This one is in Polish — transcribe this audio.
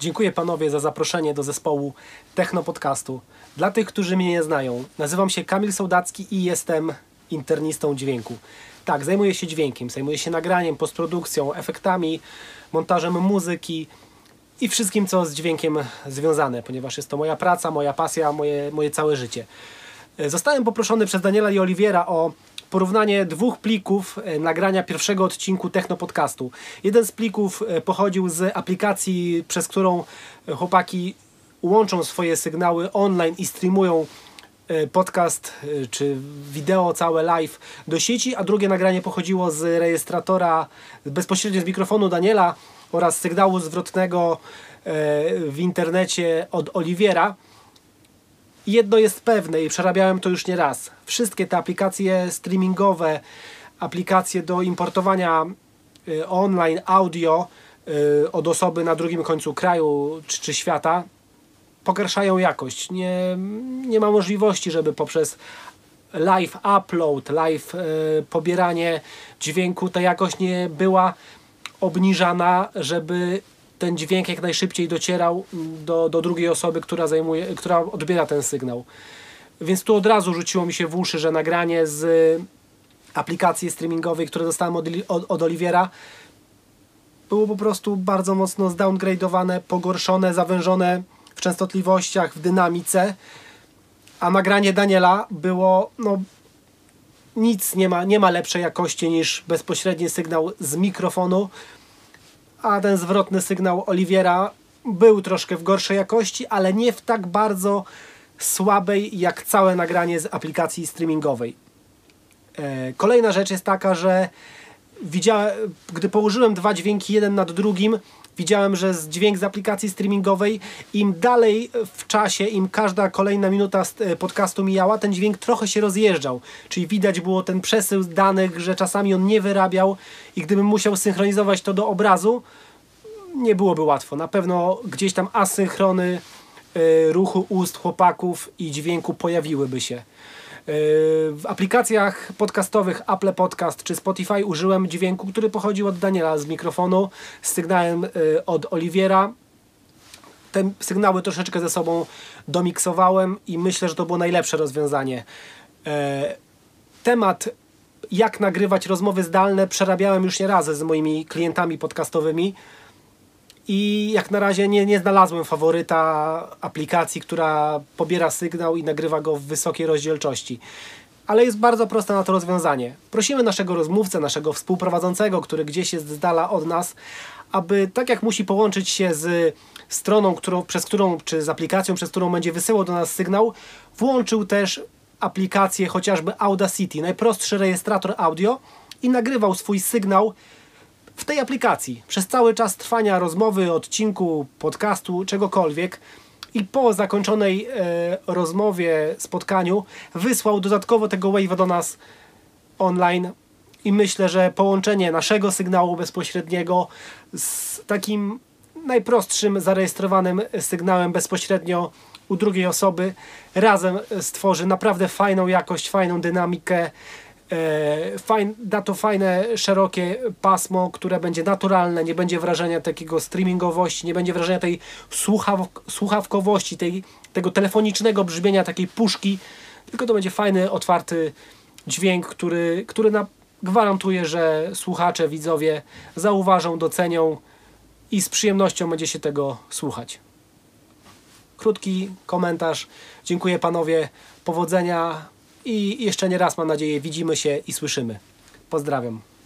Dziękuję panowie za zaproszenie do zespołu Techno Podcastu. Dla tych, którzy mnie nie znają, nazywam się Kamil Sołdacki i jestem internistą dźwięku. Tak, zajmuję się dźwiękiem, zajmuję się nagraniem, postprodukcją, efektami, montażem muzyki i wszystkim, co z dźwiękiem związane, ponieważ jest to moja praca, moja pasja, moje całe życie. Zostałem poproszony przez Daniela i Oliwiera o porównanie dwóch plików nagrania pierwszego odcinku Techno Podcastu. Jeden z plików pochodził z aplikacji, przez którą chłopaki łączą swoje sygnały online i streamują podcast czy wideo całe live do sieci, a drugie nagranie pochodziło z rejestratora bezpośrednio z mikrofonu Daniela oraz sygnału zwrotnego w internecie od Oliwiera. Jedno jest pewne i przerabiałem to już nie raz. Wszystkie te aplikacje streamingowe, aplikacje do importowania online audio od osoby na drugim końcu kraju czy świata pogarszają jakość. Nie ma możliwości, żeby poprzez live upload, live pobieranie dźwięku ta jakość nie była obniżana, żeby ten dźwięk jak najszybciej docierał do drugiej osoby, która odbiera ten sygnał. Więc tu od razu rzuciło mi się w uszy, że nagranie z aplikacji streamingowej, które dostałem od Oliwiera, było po prostu bardzo mocno zdowngradowane, pogorszone, zawężone w częstotliwościach, w dynamice, a nagranie Daniela było nic, nie ma lepszej jakości niż bezpośredni sygnał z mikrofonu, a ten zwrotny sygnał Oliwiera był troszkę w gorszej jakości, ale nie w tak bardzo słabej jak całe nagranie z aplikacji streamingowej. Kolejna rzecz jest taka, że gdy położyłem dwa dźwięki jeden nad drugim, widziałem, że dźwięk z aplikacji streamingowej, im dalej w czasie, im każda kolejna minuta podcastu mijała, ten dźwięk trochę się rozjeżdżał. Czyli widać było ten przesył danych, że czasami on nie wyrabiał i gdybym musiał synchronizować to do obrazu, nie byłoby łatwo. Na pewno gdzieś tam asynchrony ruchu ust chłopaków i dźwięku pojawiłyby się. W aplikacjach podcastowych Apple Podcast czy Spotify użyłem dźwięku, który pochodził od Daniela z mikrofonu z sygnałem od Oliwiera. Te sygnały troszeczkę ze sobą domiksowałem i myślę, że to było najlepsze rozwiązanie. Temat, jak nagrywać rozmowy zdalne, przerabiałem już nie raz z moimi klientami podcastowymi i jak na razie nie znalazłem faworyta aplikacji, która pobiera sygnał i nagrywa go w wysokiej rozdzielczości. Ale jest bardzo proste na to rozwiązanie. Prosimy naszego rozmówcę, naszego współprowadzącego, który gdzieś jest z dala od nas, aby tak jak musi połączyć się z stroną, czy z aplikacją, przez którą będzie wysyłał do nas sygnał, włączył też aplikację chociażby Audacity, najprostszy rejestrator audio i nagrywał swój sygnał w tej aplikacji przez cały czas trwania rozmowy, odcinku, podcastu, czegokolwiek i po zakończonej rozmowie, spotkaniu wysłał dodatkowo tego wave'a do nas online i myślę, że połączenie naszego sygnału bezpośredniego z takim najprostszym zarejestrowanym sygnałem bezpośrednio u drugiej osoby razem stworzy naprawdę fajną jakość, fajną dynamikę, da to fajne, szerokie pasmo, które będzie naturalne, nie będzie wrażenia takiego streamingowości, nie będzie wrażenia tej słuchawkowości, tego telefonicznego brzmienia, takiej puszki, tylko to będzie fajny, otwarty dźwięk, który gwarantuje, że słuchacze, widzowie zauważą, docenią i z przyjemnością będzie się tego słuchać. Krótki komentarz. Dziękuję panowie, powodzenia i jeszcze nie raz, mam nadzieję, widzimy się i słyszymy. Pozdrawiam.